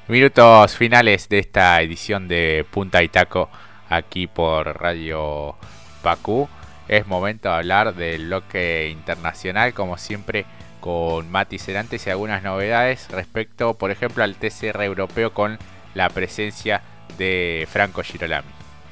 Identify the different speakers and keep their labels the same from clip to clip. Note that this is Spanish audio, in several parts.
Speaker 1: Minutos finales de esta edición de Punta y Taco aquí por Radio Bakú. Es momento de hablar del bloque internacional, como siempre, con Mati Cerantes y algunas novedades respecto, por ejemplo, al TCR europeo con la presencia de Franco Girolami.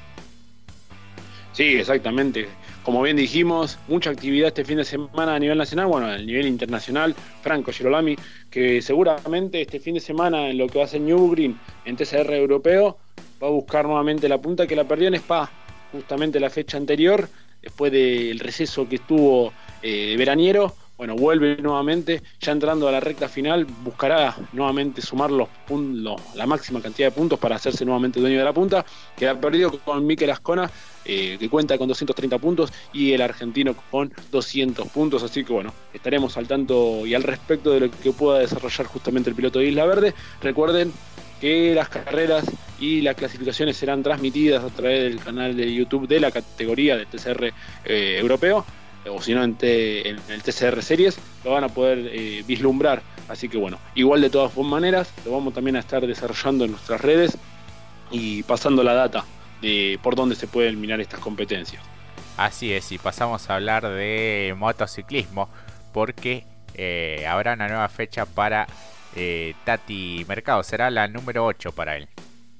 Speaker 2: Sí, exactamente. Como bien dijimos, mucha actividad este fin de semana a nivel nacional, bueno, a nivel internacional, Franco Girolami, que seguramente este fin de semana en lo que va a ser Nürburgring, en TCR europeo, va a buscar nuevamente la punta que la perdió en Spa, justamente la fecha anterior, después del receso que estuvo veraniero. Bueno, vuelve nuevamente, ya entrando a la recta final, buscará nuevamente sumar la máxima cantidad de puntos para hacerse nuevamente dueño de la punta, que ha perdido con Mikel Ascona, que cuenta con 230 puntos, y el argentino con 200 puntos. Así que bueno, estaremos al tanto y al respecto de lo que pueda desarrollar justamente el piloto de Isla Verde. Recuerden que las carreras y las clasificaciones serán transmitidas a través del canal de YouTube de la categoría del TCR europeo, o si no en el TCR Series, lo van a poder vislumbrar. Así que bueno, igual de todas maneras, lo vamos también a estar desarrollando en nuestras redes y pasando la data de por dónde se pueden mirar estas competencias.
Speaker 1: Así es, y pasamos a hablar de motociclismo, porque habrá una nueva fecha para Tati Mercado, será la número 8 para él.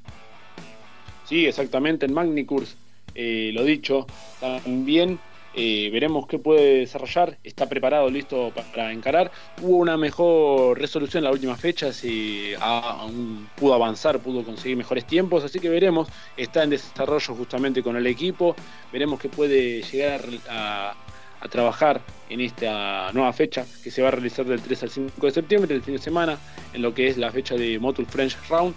Speaker 2: Sí, exactamente, en Magnicurs, lo dicho, también veremos qué puede desarrollar, está preparado, listo para encarar. Hubo una mejor resolución en la última fecha, pudo avanzar, pudo conseguir mejores tiempos, así que veremos, está en desarrollo justamente con el equipo, veremos qué puede llegar a trabajar en esta nueva fecha que se va a realizar del 3 al 5 de septiembre, el fin de semana, en lo que es la fecha de Motul French Round.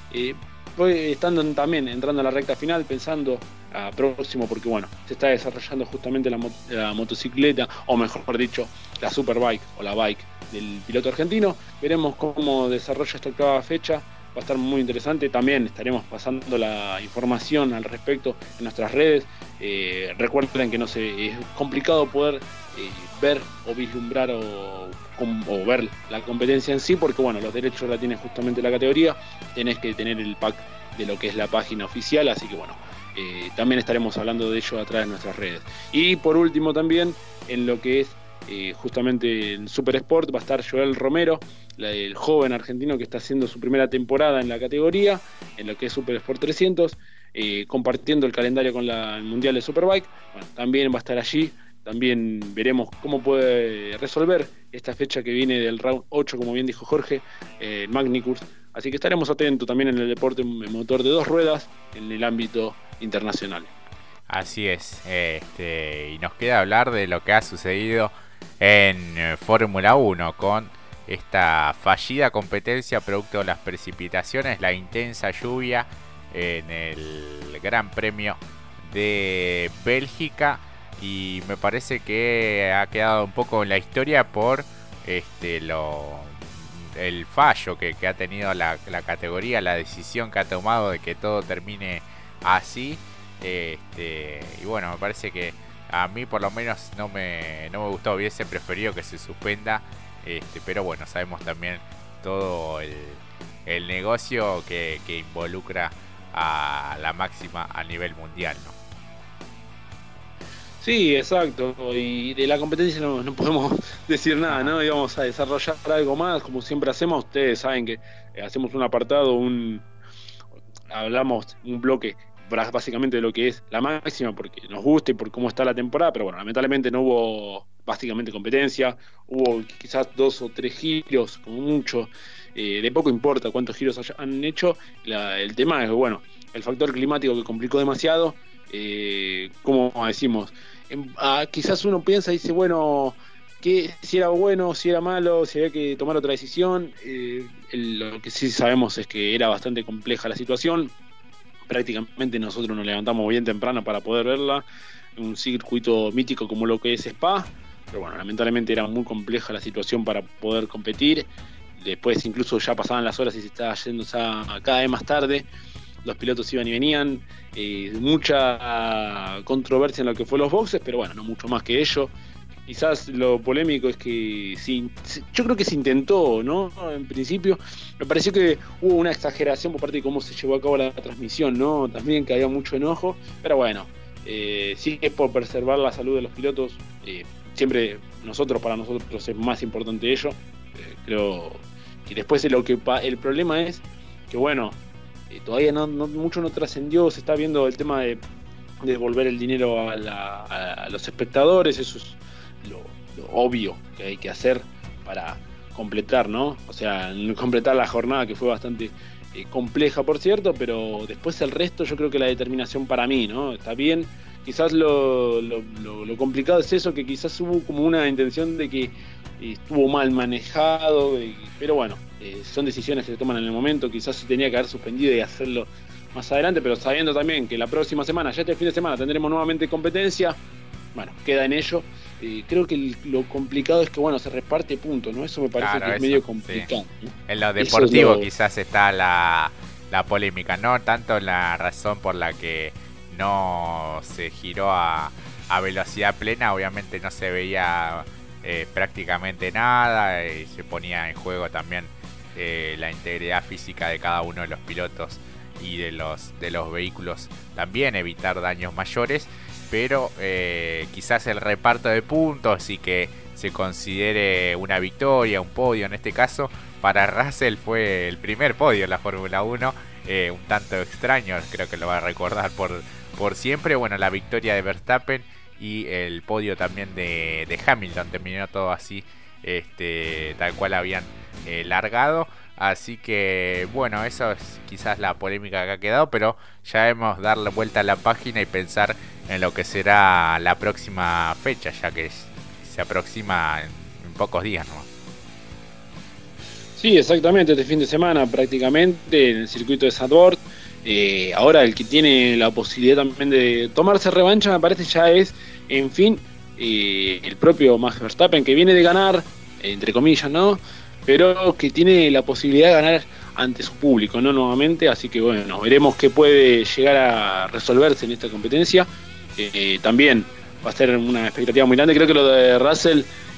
Speaker 2: Estando también entrando a la recta final, pensando a próximo, porque bueno, se está desarrollando justamente la motocicleta, o mejor dicho, la superbike o la bike del piloto argentino. Veremos cómo desarrolla esta octava fecha, va a estar muy interesante. También estaremos pasando la información al respecto en nuestras redes. Recuerden que es complicado poder ver o vislumbrar o ver la competencia en sí, porque bueno, los derechos la tiene justamente la categoría, tenés que tener el pack de lo que es la página oficial, así que bueno, también estaremos hablando de ello a través de nuestras redes. Y por último también, en lo que es justamente el Super Sport, va a estar Joel Romero, el joven argentino que está haciendo su primera temporada en la categoría, en lo que es Super Sport 300, compartiendo el calendario con el Mundial de Superbike. Bueno, también va a estar allí. También veremos cómo puede resolver esta fecha que viene del round 8, como bien dijo Jorge, en Magnicurs. Así que estaremos atentos también en el deporte motor de dos ruedas en el ámbito internacional.
Speaker 1: Así es, y nos queda hablar de lo que ha sucedido en Fórmula 1 con esta fallida competencia producto de las precipitaciones, la intensa lluvia en el Gran Premio de Bélgica, y me parece que ha quedado un poco en la historia por el fallo que ha tenido la categoría, la decisión que ha tomado de que todo termine así. Y bueno, me parece que a mí por lo menos no me gustó, hubiese preferido que se suspenda, pero bueno, sabemos también todo el negocio que involucra a la máxima a nivel mundial, ¿no?
Speaker 2: Sí, exacto. Y de la competencia no podemos decir nada, ¿no? Íbamos a desarrollar algo más, como siempre hacemos. Ustedes saben que hacemos un apartado, hablamos un bloque básicamente de lo que es la máxima, porque nos gusta y por cómo está la temporada, pero bueno, lamentablemente no hubo básicamente competencia, hubo quizás 2 o 3 giros, como mucho. De poco importa cuántos giros han hecho. El tema es, bueno, el factor climático que complicó demasiado. Como decimos, quizás uno piensa y dice, bueno, si era bueno, si era malo, si había que tomar otra decisión. Lo que sí sabemos es que era bastante compleja la situación. Prácticamente nosotros nos levantamos bien temprano para poder verla, un circuito mítico como lo que es Spa, pero bueno, lamentablemente era muy compleja la situación para poder competir. Después incluso ya pasaban las horas y se estaba yendo cada vez más tarde, los pilotos iban y venían, mucha controversia en lo que fue los boxes, pero bueno, no mucho más que ello. quizás lo polémico es que yo creo que se intentó, ¿no? En principio, me pareció que hubo una exageración por parte de cómo se llevó a cabo la transmisión, ¿no? También que había mucho enojo, pero bueno, sí es por preservar la salud de los pilotos, siempre para nosotros es más importante ello. Creo que después el problema es que, bueno, todavía mucho no trascendió, se está viendo el tema de devolver el dinero a los espectadores, eso es lo obvio que hay que hacer para completar, ¿no? O sea, completar la jornada, que fue bastante compleja, por cierto, pero después el resto yo creo que la determinación para mí, ¿no? Está bien, quizás lo complicado es eso, que quizás hubo como una intención de que estuvo mal manejado, pero bueno, son decisiones que se toman en el momento, quizás se tenía que haber suspendido y hacerlo más adelante, pero sabiendo también que la próxima semana, ya este fin de semana, tendremos nuevamente competencia, bueno, queda en ello. Creo que lo complicado es que, bueno, se reparte puntos, ¿no? Eso me parece que es medio complicado,
Speaker 1: sí.
Speaker 2: ¿no?
Speaker 1: En lo deportivo quizás está la polémica, no tanto la razón por la que no se giró a velocidad plena, obviamente no se veía prácticamente nada, y se ponía en juego también la integridad física de cada uno de los pilotos y de los vehículos, también evitar daños mayores, pero quizás el reparto de puntos y que se considere una victoria, un podio en este caso, para Russell fue el primer podio en la Fórmula 1, un tanto extraño, creo que lo va a recordar por siempre. Bueno, la victoria de Verstappen y el podio también de Hamilton, terminó todo así, tal cual habían largado. Así que bueno, eso es quizás la polémica que ha quedado, pero ya debemos darle vuelta a la página y pensar en lo que será la próxima fecha, ya que se aproxima en pocos días, ¿no?
Speaker 2: Sí, exactamente, este fin de semana prácticamente en el circuito de Zandvoort. Ahora el que tiene la posibilidad también de tomarse revancha, me parece, ya es, en fin, el propio Max Verstappen, que viene de ganar, entre comillas, ¿no? Pero que tiene la posibilidad de ganar ante su público, ¿no? Nuevamente, así que bueno, veremos qué puede llegar a resolverse en esta competencia. También va a ser una expectativa muy grande. Creo que lo de Russell,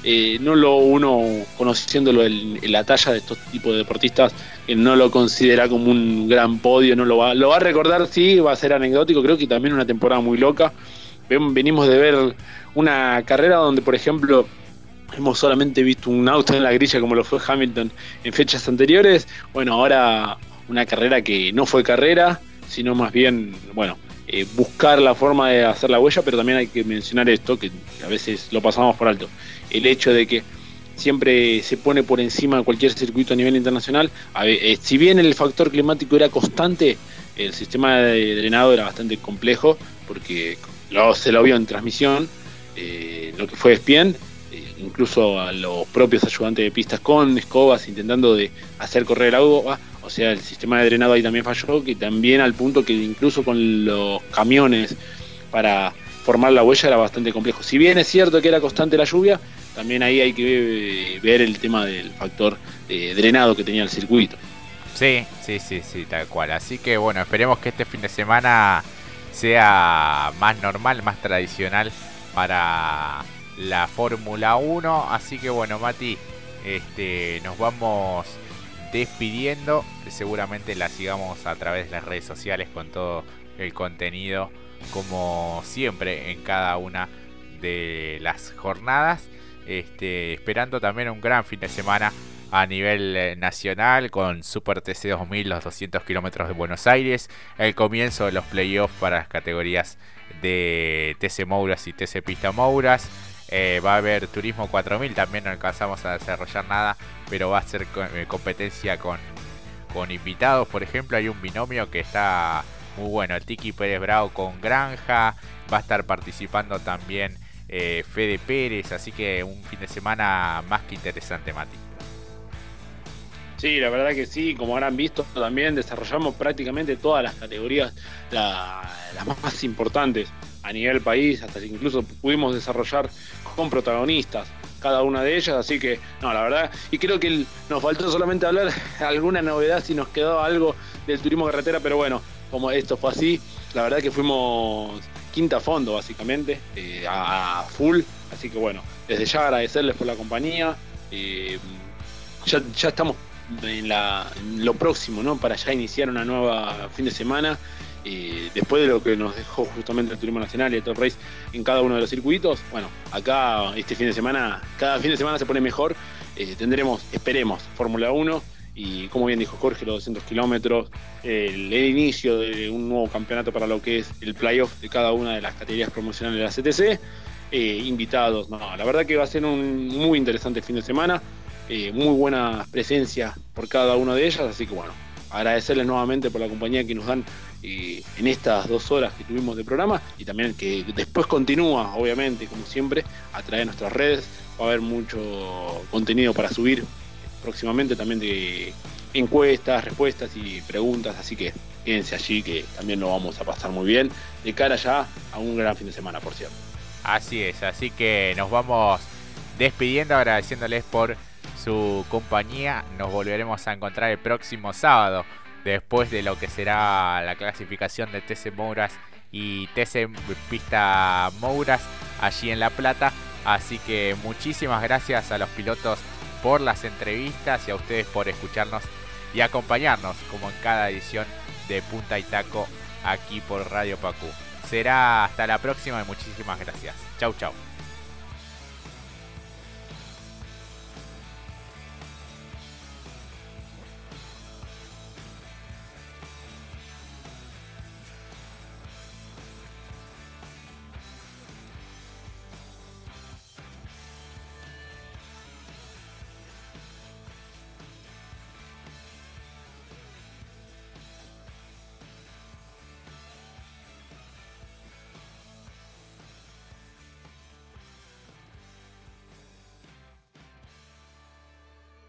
Speaker 2: uno conociéndolo en la talla de estos tipos de deportistas, no lo considera como un gran podio, lo va a recordar, sí, va a ser anecdótico. Creo que también una temporada muy loca. Venimos de ver una carrera donde, por ejemplo, hemos solamente visto un auto en la grilla como lo fue Hamilton en fechas anteriores. Bueno, ahora una carrera que no fue carrera, sino más bien, bueno, buscar la forma de hacer la huella, pero también hay que mencionar esto, que a veces lo pasamos por alto, el hecho de que siempre se pone por encima de cualquier circuito a nivel internacional. Si bien el factor climático era constante, el sistema de drenado era bastante complejo, porque se lo vio en transmisión, lo que fue Spien, incluso a los propios ayudantes de pistas con escobas intentando de hacer correr el agua. O sea, el sistema de drenado ahí también falló, que también al punto que incluso con los camiones para formar la huella era bastante complejo. Si bien es cierto que era constante la lluvia, también ahí hay que ver el tema del factor drenado que tenía el circuito.
Speaker 1: Sí, tal cual. Así que bueno, esperemos que este fin de semana sea más normal, más tradicional para la Fórmula 1. Así que bueno, Mati, nos vamos despidiendo. Seguramente la sigamos a través de las redes sociales con todo el contenido, como siempre en cada una de las jornadas, esperando también un gran fin de semana a nivel nacional con Super TC 2000, los 200 kilómetros de Buenos Aires, el comienzo de los playoffs para las categorías de TC Mouras y TC Pista Mouras. Va a haber Turismo 4000, también no alcanzamos a desarrollar nada, pero va a ser competencia con invitados. Por ejemplo, hay un binomio que está muy bueno, el Tiki Pérez Bravo con Granja, va a estar participando también Fede Pérez, así que un fin de semana más que interesante, Mati.
Speaker 2: Sí, la verdad que sí, como habrán visto, también desarrollamos prácticamente todas las categorías, las más importantes a nivel país, hasta que incluso pudimos desarrollar con protagonistas cada una de ellas, así que no, la verdad, y creo que nos faltó solamente hablar alguna novedad, si nos quedó algo del turismo carretera, pero bueno, como esto fue así, la verdad que quinta a fondo básicamente, a full, así que bueno, desde ya agradecerles por la compañía, ya estamos en lo próximo, ¿no? Para ya iniciar una nueva fin de semana, después de lo que nos dejó justamente el Turismo Nacional y el Top Race en cada uno de los circuitos. Bueno, acá este fin de semana, cada fin de semana se pone mejor, tendremos, esperemos, Fórmula 1 y, como bien dijo Jorge, los 200 kilómetros, el inicio de un nuevo campeonato para lo que es el playoff de cada una de las categorías promocionales de la CTC, invitados, no, la verdad que va a ser un muy interesante fin de semana, muy buena presencia por cada una de ellas, así que bueno, agradecerles nuevamente por la compañía que nos dan en estas 2 horas que tuvimos de programa, y también que después continúa, obviamente, como siempre, a través de nuestras redes. Va a haber mucho contenido para subir próximamente, también de encuestas, respuestas y preguntas, así que quédense allí, que también lo vamos a pasar muy bien de cara ya a un gran fin de semana, por cierto.
Speaker 1: Así es, así que nos vamos despidiendo, agradeciéndoles por su compañía. Nos volveremos a encontrar el próximo sábado, después de lo que será la clasificación de TC Mouras y TC Pista Mouras allí en La Plata. Así que muchísimas gracias a los pilotos por las entrevistas y a ustedes por escucharnos y acompañarnos como en cada edición de Punta y Taco aquí por Radio Pacú. Será hasta la próxima y muchísimas gracias. Chau, chau.